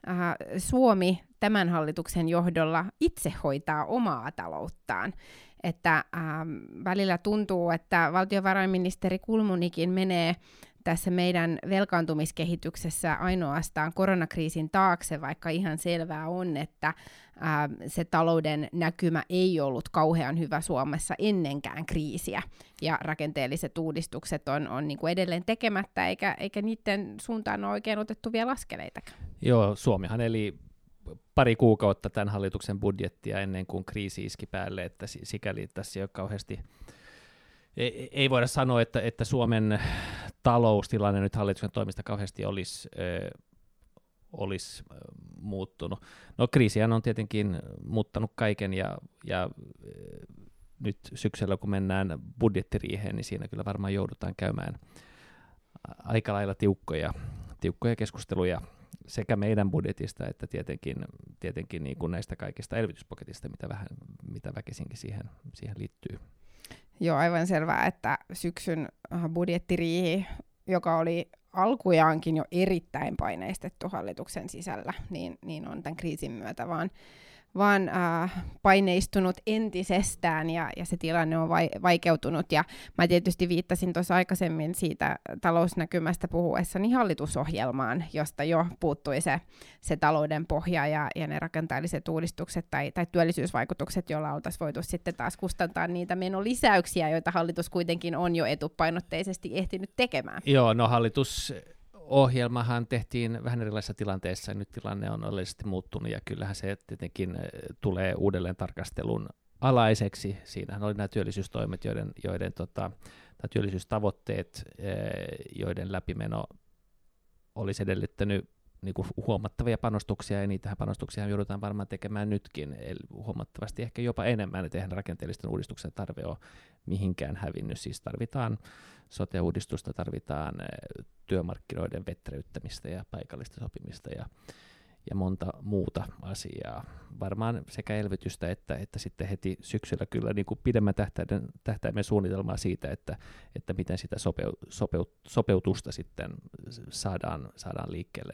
Suomi tämän hallituksen johdolla itse hoitaa omaa talouttaan. Että välillä tuntuu, että valtiovarainministeri Kulmunikin menee tässä meidän velkaantumiskehityksessä ainoastaan koronakriisin taakse, vaikka ihan selvää on, että se talouden näkymä ei ollut kauhean hyvä Suomessa ennenkään kriisiä, ja rakenteelliset uudistukset on niin kuin edelleen tekemättä, eikä niiden suuntaan ole oikein otettu vielä askeleitakaan. Joo, Suomihan eli pari kuukautta tämän hallituksen budjettia ennen kuin kriisi iski päälle, että sikäli tässä ei ole kauheasti, ei voida sanoa, että Suomen taloustilanne nyt hallituksen toimista kauheasti olisi muuttunut. No kriisihän on tietenkin muuttanut kaiken, ja nyt syksyllä kun mennään budjettiriiheen, niin siinä kyllä varmaan joudutaan käymään aika lailla tiukkoja keskusteluja sekä meidän budjetista että tietenkin niin kuin näistä kaikista elvytyspaketista, mitä väkisinkin siihen liittyy. Joo, aivan selvää, että syksyn budjettiriihi, joka oli alkujaankin jo erittäin paineistettu hallituksen sisällä, niin on tämän kriisin myötä vaan paineistunut entisestään, ja se tilanne on vaikeutunut. Ja mä tietysti viittasin tuossa aikaisemmin siitä talousnäkymästä puhuessani hallitusohjelmaan, josta jo puuttui se talouden pohja ja ne rakenteelliset uudistukset tai työllisyysvaikutukset, joilla oltaisiin voitu sitten taas kustantaa niitä menolisäyksiä, joita hallitus kuitenkin on jo etupainotteisesti ehtinyt tekemään. Joo, no ohjelmahan tehtiin vähän erilaisissa tilanteissa, ja nyt tilanne on oleellisesti muuttunut, ja kyllähän se tietenkin tulee uudelleen tarkastelun alaiseksi. Siinähän oli nämä työllisyystoimet, tai työllisyystavoitteet, joiden läpimeno olisi edellyttänyt niin kuin huomattavia panostuksia, ja niitähän panostuksia joudutaan varmaan tekemään nytkin, eli huomattavasti ehkä jopa enemmän, että eihän rakenteellisten uudistuksen tarve ole mihinkään hävinnyt. Siis tarvitaan sote-uudistusta, tarvitaan työmarkkinoiden vettereyttämistä ja paikallista sopimista ja monta muuta asiaa. Varmaan sekä elvytystä että sitten heti syksyllä kyllä niin kuin pidemmän tähtäimen suunnitelmaa siitä, että miten sitä sopeutusta sitten saadaan liikkeelle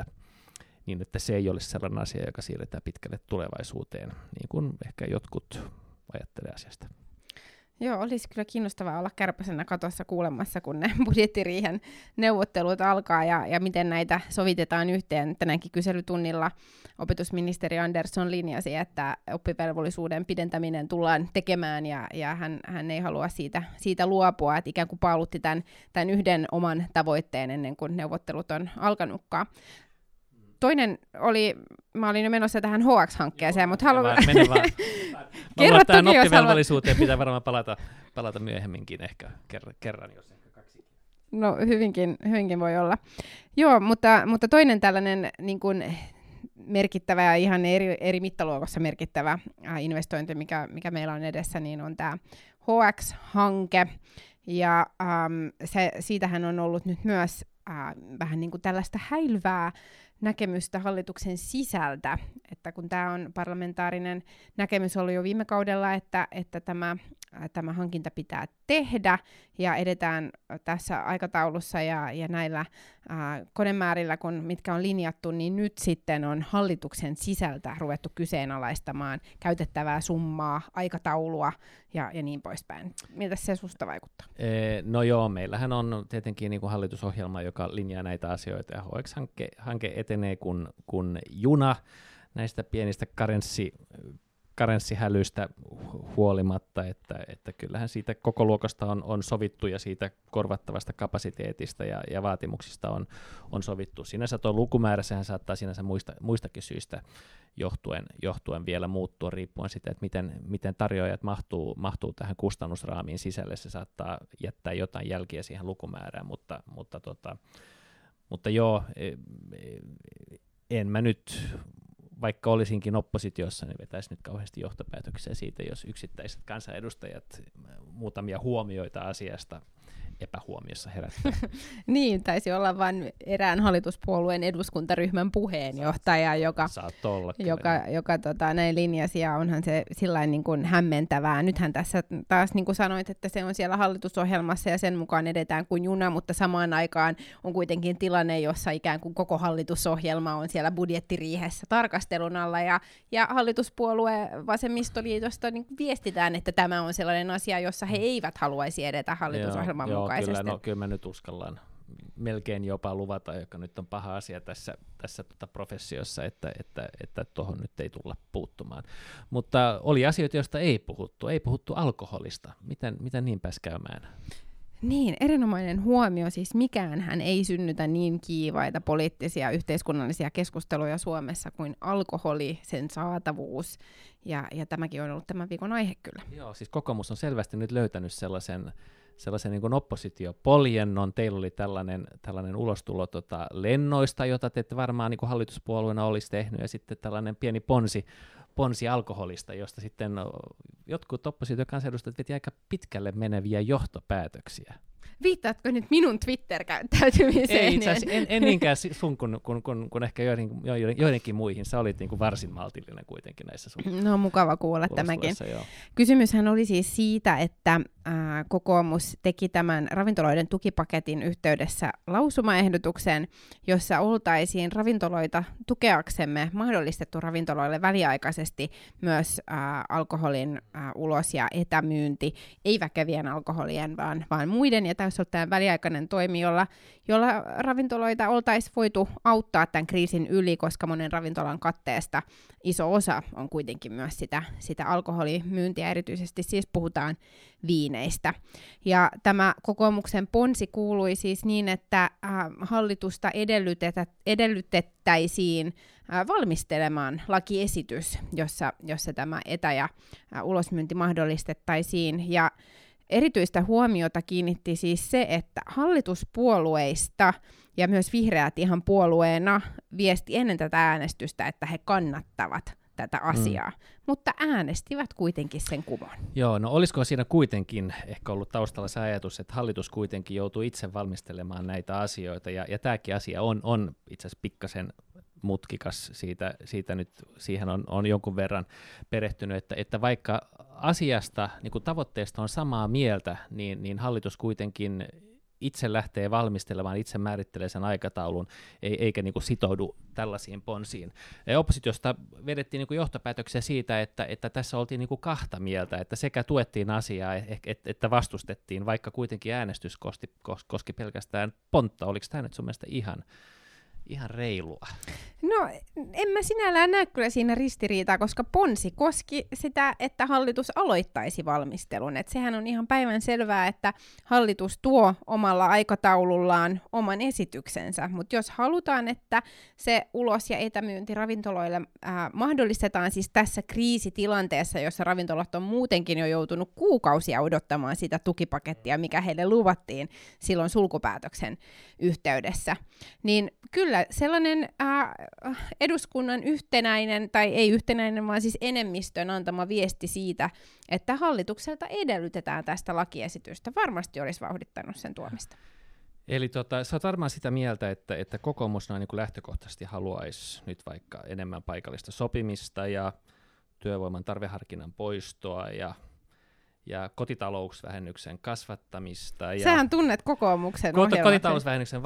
niin, että se ei ole sellainen asia, joka siirretään pitkälle tulevaisuuteen, niin kuin ehkä jotkut ajattelee asiasta. Joo, olisi kyllä kiinnostavaa olla kärpäsenä katossa kuulemassa, kun ne budjettiriihen neuvottelut alkaa ja miten näitä sovitetaan yhteen. Tänäänkin kyselytunnilla opetusministeri Andersson linjasi, että oppivelvollisuuden pidentäminen tullaan tekemään ja hän ei halua siitä luopua, että ikään kuin paalutti tämän yhden oman tavoitteen ennen kuin neuvottelut on alkanutkaan. Toinen oli, mä olin jo menossa tähän HX-hankkeeseen, mutta haluan... Mene vaan. Kerro tähän oppivelvollisuuteen pitää varmaan palata myöhemminkin ehkä kerran, jos ehkä kaksi. No hyvinkin voi olla. Joo, mutta toinen tällainen niin kuin merkittävä ja ihan eri mittaluokassa merkittävä investointi, mikä meillä on edessä, niin on tämä HX-hanke. Ja siitähän on ollut nyt myös vähän niin kuin tällaista häilyvää näkemystä hallituksen sisältä, että kun tämä on parlamentaarinen näkemys ollut jo viime kaudella, että tämä hankinta pitää tehdä ja edetään tässä aikataulussa ja näillä konemäärillä, mitkä on linjattu, niin nyt sitten on hallituksen sisältä ruvettu kyseenalaistamaan käytettävää summaa, aikataulua ja niin poispäin. Miltä se susta vaikuttaa? No joo, meillähän on tietenkin niin kuin hallitusohjelma, joka linjaa näitä asioita, ja HX-hanke etenee kun juna näistä pienistä karenssihälyistä huolimatta, että kyllähän siitä koko luokasta on sovittu ja siitä korvattavasta kapasiteetista ja vaatimuksista on sovittu. Sinänsä tuo lukumäärä, sehän saattaa sinänsä muistakin syistä johtuen vielä muuttua riippuen siitä, että miten tarjoajat mahtuu tähän kustannusraamiin sisälle. Se saattaa jättää jotain jälkiä siihen lukumäärään, mutta joo, en mä nyt, vaikka olisinkin oppositiossa, niin vetäisi nyt kauheasti johtopäätöksiä siitä, jos yksittäiset kansanedustajat muutamia huomioita asiasta epähuomiossa herättää. Niin, taisi olla vain erään hallituspuolueen eduskuntaryhmän puheenjohtaja, joka näin linjasi, ja onhan se sillain niin kuin hämmentävää. Nythän tässä taas niin kuin sanoit, että se on siellä hallitusohjelmassa ja sen mukaan edetään kuin juna, mutta samaan aikaan on kuitenkin tilanne, jossa ikään kuin koko hallitusohjelma on siellä budjettiriihessä tarkastelun alla, ja hallituspuolue Vasemmistoliitosta niin viestitään, että tämä on sellainen asia, jossa he eivät haluaisi edetä hallitusohjelman mukaisesti. Kyllä mä nyt uskallan melkein jopa luvata, joka nyt on paha asia tässä professiossa, että tuohon nyt ei tulla puuttumaan. Mutta oli asioita, joista ei puhuttu alkoholista. Miten niin pääsi käymään? Niin, erinomainen huomio. Siis mikäänhän ei synnytä niin kiivaita poliittisia yhteiskunnallisia keskusteluja Suomessa kuin alkoholi, sen saatavuus. Ja tämäkin on ollut tämän viikon aihe kyllä. Joo, siis kokoomus on selvästi nyt löytänyt sellaisen niin kuin oppositiopoljennon. Teillä oli tällainen ulostulo lennoista, jota te ette varmaan niin kuin hallituspuolueena olisi tehnyt, ja sitten tällainen pieni ponsi alkoholista, josta sitten jotkut oppositiokansanedustajat veti aika pitkälle meneviä johtopäätöksiä. Viittaatko nyt minun Twitter-käyttäytymiseen? Ei, itse asiassa en niinkään sun kun ehkä joidenkin muihin. Sä olit niin kuin varsin maltillinen kuitenkin näissä sun. No mukava kuulla tämäkin. Joo. Kysymyshän oli siis siitä, että kokoomus teki tämän ravintoloiden tukipaketin yhteydessä lausumaehdotuksen, jossa oltaisiin ravintoloita tukeaksemme mahdollistettu ravintoloille väliaikaisesti myös alkoholin ulos- ja etämyynti, ei väkevien alkoholien, vaan muiden, ja tässä on tämä väliaikainen toimi, jolla ravintoloita oltaisiin voitu auttaa tämän kriisin yli, koska monen ravintolan katteesta iso osa on kuitenkin myös sitä alkoholimyyntiä, erityisesti siis puhutaan viineistä. Ja tämä kokoomuksen ponsi kuului siis niin, että hallitusta edellytettäisiin valmistelemaan lakiesitys, jossa tämä etä- ja ulosmyynti mahdollistettaisiin. Ja erityistä huomiota kiinnitti siis se, että hallituspuolueista ja myös vihreät ihan puolueena viesti ennen tätä äänestystä, että he kannattavat tätä asiaa, mutta äänestivät kuitenkin sen kumoon. Joo, no olisiko siinä kuitenkin ehkä ollut taustalla se ajatus, että hallitus kuitenkin joutuu itse valmistelemaan näitä asioita, ja tämäkin asia on itse asiassa pikkasen mutkikas, siitä nyt siihen on jonkun verran perehtynyt, että vaikka asiasta, niin kuin tavoitteesta on samaa mieltä, niin hallitus kuitenkin itse lähtee valmistelemaan, itse määrittelee sen aikataulun, eikä niin kuin sitoudu tällaisiin ponsiin. Oppositiosta vedettiin niin kuin johtopäätöksiä siitä, että tässä oltiin niin kuin kahta mieltä, että sekä tuettiin asiaa, että vastustettiin, vaikka kuitenkin äänestys koski pelkästään pontta. Oliko tämä nyt sun mielestä ihan reilua? No, en mä sinällään näe kyllä siinä ristiriitaa, koska ponsi koski sitä, että hallitus aloittaisi valmistelun. Et sehän on ihan päivän selvää, että hallitus tuo omalla aikataulullaan oman esityksensä, mutta jos halutaan, että se ulos- ja etämyynti ravintoloille mahdollistetaan siis tässä kriisitilanteessa, jossa ravintolat on muutenkin jo joutunut kuukausia odottamaan sitä tukipakettia, mikä heille luvattiin silloin sulkupäätöksen yhteydessä, niin kyllä sellainen eduskunnan yhtenäinen, tai ei yhtenäinen, vaan siis enemmistön antama viesti siitä, että hallitukselta edellytetään tästä lakiesitystä, varmasti olisi vauhdittanut sen tuomista. Eli sä oot varmaan sitä mieltä, että kokoomus niin kuin lähtökohtaisesti haluaisi nyt vaikka enemmän paikallista sopimista ja työvoiman tarveharkinnan poistoa ja kotitalousvähennyksen kasvattamista. Sähän tunnet kokoomuksen ohjelmat. Kotitalousvähennyksen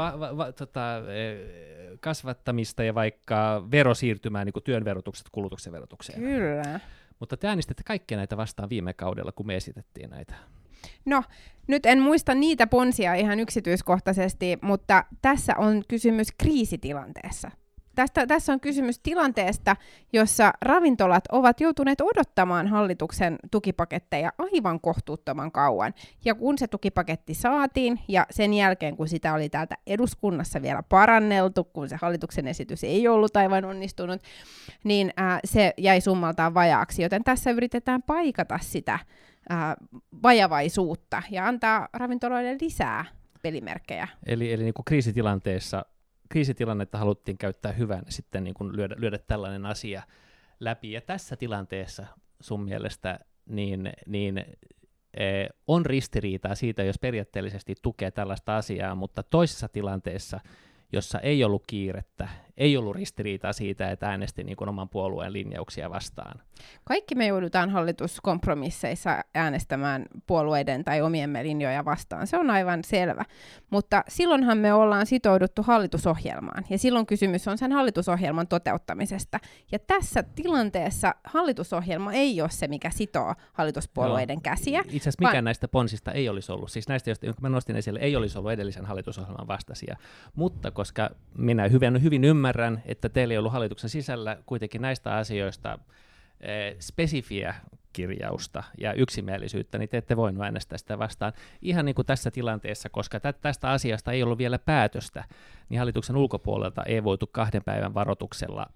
kasvattamista ja vaikka verosiirtymään niin kuin työn verotuksesta kulutuksen verotukseen. Kyllä. Mutta te äänestitte kaikkia näitä vastaan viime kaudella, kun me esitettiin näitä. No, nyt en muista niitä ponsia ihan yksityiskohtaisesti, mutta tässä on kysymys kriisitilanteessa. Tässä on kysymys tilanteesta, jossa ravintolat ovat joutuneet odottamaan hallituksen tukipaketteja aivan kohtuuttoman kauan. Ja kun se tukipaketti saatiin, ja sen jälkeen kun sitä oli täältä eduskunnassa vielä paranneltu, kun se hallituksen esitys ei ollut aivan onnistunut, niin se jäi summaltaan vajaaksi. Joten tässä yritetään paikata sitä vajavaisuutta ja antaa ravintoloille lisää pelimerkkejä. Eli niin kuin kriisitilannetta haluttiin käyttää hyvän sitten niin kuin lyödä tällainen asia läpi. Ja tässä tilanteessa sun mielestä niin on ristiriitaa siitä, jos periaatteellisesti tukee tällaista asiaa, mutta toisessa tilanteessa, jossa ei ollut kiirettä ei ollut ristiriitaa siitä, että äänesti niin kuin oman puolueen linjauksia vastaan. Kaikki me joudutaan hallituskompromisseissa äänestämään puolueiden tai omiemme linjoja vastaan. Se on aivan selvä. Mutta silloinhan me ollaan sitouduttu hallitusohjelmaan. Ja silloin kysymys on sen hallitusohjelman toteuttamisesta. Ja tässä tilanteessa hallitusohjelma ei ole se, mikä sitoo hallituspuolueiden käsiä. Itse asiassa mikään näistä ponsista ei olisi ollut. Siis näistä, jotka mä nostin esille, ei olisi ollut edellisen hallitusohjelman vastaisia. Mutta koska minä hyvin ymmärrän, että teillä ei ollut hallituksen sisällä kuitenkin näistä asioista spesifiä kirjausta ja yksimielisyyttä, niin te ette voinut äänestää sitä vastaan. Ihan niin kuin tässä tilanteessa, koska tästä asiasta ei ollut vielä päätöstä, niin hallituksen ulkopuolelta ei voitu 2 päivän varoituksella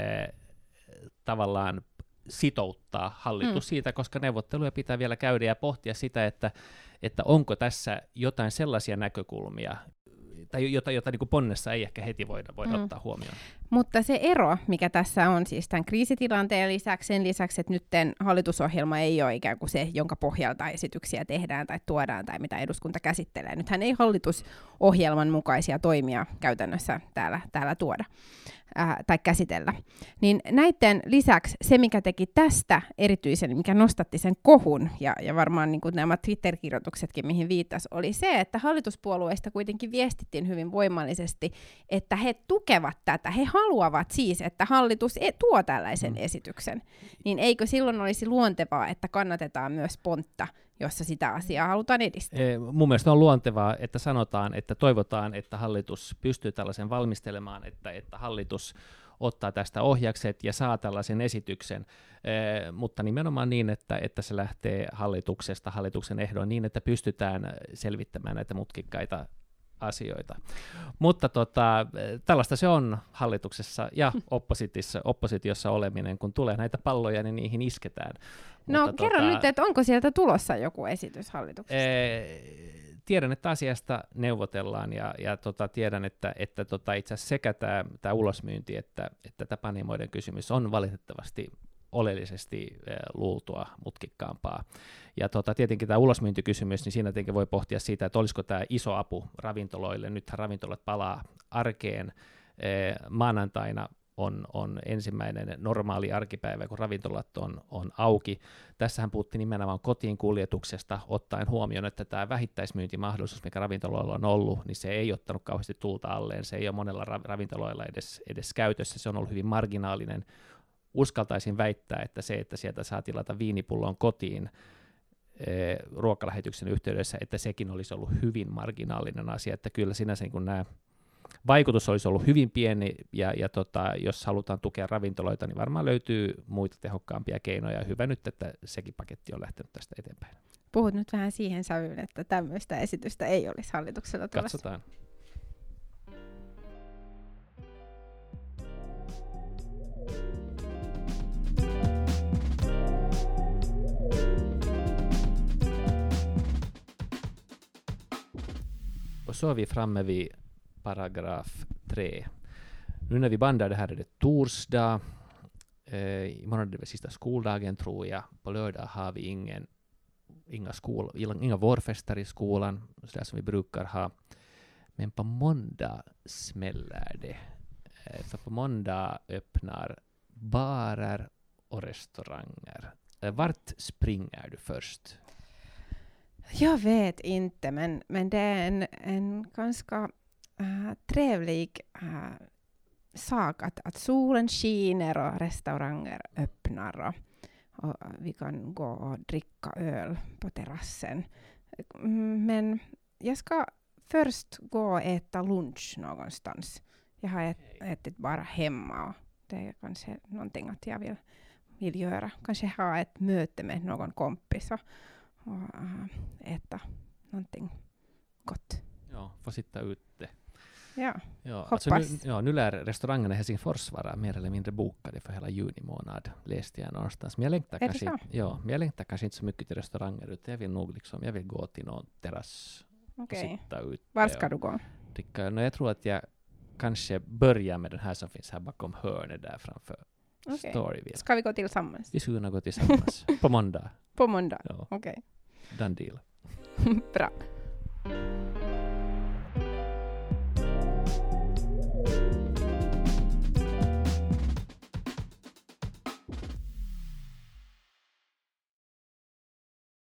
tavallaan sitouttaa hallitus siitä, koska neuvotteluja pitää vielä käydä ja pohtia sitä, että onko tässä jotain sellaisia näkökulmia, tai jota niin kuin ponnessa ei ehkä heti voida ottaa huomioon. Mutta se ero, mikä tässä on siis tämän kriisitilanteen lisäksi, sen lisäksi, että nyt hallitusohjelma ei ole ikään kuin se, jonka pohjalta esityksiä tehdään tai tuodaan tai mitä eduskunta käsittelee. Nythän ei hallitusohjelman mukaisia toimia käytännössä täällä tuoda tai käsitellä. Niin näiden lisäksi se, mikä teki tästä erityisen, mikä nostatti sen kohun, ja varmaan niin kuin nämä Twitter-kirjoituksetkin, mihin viittasi, oli se, että hallituspuolueista kuitenkin viestittiin hyvin voimallisesti, että he tukevat tätä, he haluavat siis, että hallitus tuo tällaisen esityksen. Niin eikö silloin olisi luontevaa, että kannatetaan myös pontta, jossa sitä asiaa halutaan edistää? Mun mielestä on luontevaa, että sanotaan, että toivotaan, että hallitus pystyy tällaisen valmistelemaan, että hallitus ottaa tästä ohjakset ja saa tällaisen esityksen, mutta nimenomaan niin, että se lähtee hallituksen ehdoin niin, että pystytään selvittämään näitä mutkikkaita asioita. Mutta tällaista se on hallituksessa ja oppositiossa oleminen, kun tulee näitä palloja, niin niihin isketään. No kerro nyt, että onko sieltä tulossa joku esitys hallituksesta? Tiedän, että asiasta neuvotellaan ja tiedän, että itse asiassa sekä tämä ulosmyynti että panimoiden kysymys on valitettavasti oleellisesti luultua mutkikkaampaa. Ja tietenkin tämä ulosmyyntikysymys, niin siinä tietenkin voi pohtia siitä, että olisiko tämä iso apu ravintoloille. Nythän ravintolat palaa arkeen. Maanantaina on ensimmäinen normaali arkipäivä, kun ravintolat on auki. Tässähän puhuttiin nimenomaan kotiin kuljetuksesta, ottaen huomioon, että tämä vähittäismyyntimahdollisuus, mikä ravintoloilla on ollut, niin se ei ottanut kauheasti tulta alleen. Se ei ole monella ravintoloilla edes käytössä. Se on ollut hyvin marginaalinen. Uskaltaisin väittää, että se, että sieltä saa tilata viinipullon kotiin ruokalähetyksen yhteydessä, että sekin olisi ollut hyvin marginaalinen asia, että kyllä sinänsä kun nämä vaikutus olisi ollut hyvin pieni, ja jos halutaan tukea ravintoloita, niin varmaan löytyy muita tehokkaampia keinoja, ja hyvä nyt, että sekin paketti on lähtenyt tästä eteenpäin. Puhut nyt vähän siihen sävyyn, että tämmöistä esitystä ei olisi hallituksella tulossa. Katsotaan. Och så är vi framme vid paragraf 3. Nu när vi bandar det här är det torsdag. Imorgon är det väl sista skoldagen tror jag. På lördag har vi inga vårfester i skolan, så där som vi brukar ha. Men på måndag smäller det. För på måndag öppnar barer och restauranger. Vart springer du först? Jag vet inte, men det är en ganska trevlig sak att solen skiner och restauranger öppnar och vi kan gå och dricka öl på terrassen. Men jag ska först gå och äta lunch någonstans. Jag har ätit bara hemma och det är kanske någonting att jag vill göra. Kanske ha ett möte med någon kompis och äta någonting gott. Ja, få sitta ute. Ja, hoppas. Alltså nu lär restaurangerna i Helsingfors vara mer eller mindre bokade för hela juni månad, läste jag någonstans. Men jag längtar kanske inte så mycket till restauranger, utan jag vill gå till någon terrass och sitta ute. Var ska du gå? Jag tror att jag kanske börjar med den här som finns här bakom hörnet där framför Storyville. Ska vi gå tillsammans? Vi skulle gå tillsammans på måndag. På måndag? Ja. Okej. Done deal. Bra.